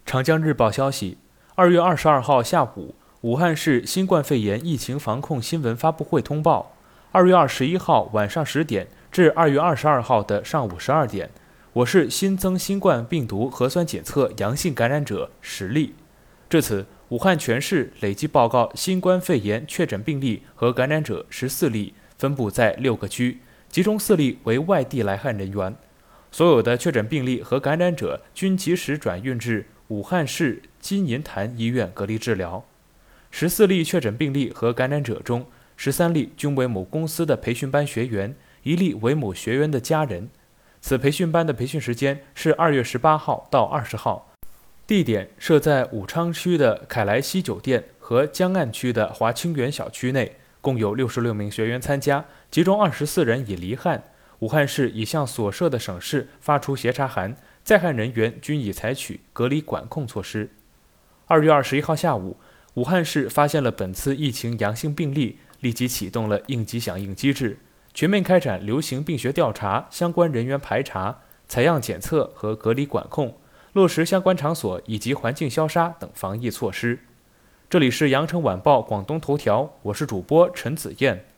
长江日报消息，2月22号下午，武汉市新冠肺炎疫情防控新闻发布会通报：2月21号晚上10点至2月22号的上午12点，我市新增新冠病毒核酸检测阳性感染者10例。至此，武汉全市累计报告新冠肺炎确诊病例和感染者14例，分布在6个区，其中4例为外地来汉人员。所有的确诊病例和感染者均及时转运至武汉市金银潭医院隔离治疗。14例确诊病例和感染者中，13例均为某公司的培训班学员，1例为某学员的家人。此培训班的培训时间是2月18号到20号，地点设在武昌区的凯莱西酒店和江岸区的华清园小区内，共有66名学员参加，其中24人已离汉。武汉市已向所涉的省市发出协查函，在汉人员均已采取隔离管控措施。2月21号下午，武汉市发现了本次疫情阳性病例，立即启动了应急响应机制，全面开展流行病学调查、相关人员排查、采样检测和隔离管控，落实相关场所以及环境消杀等防疫措施。这里是羊城晚报广东头条，我是主播陈子燕。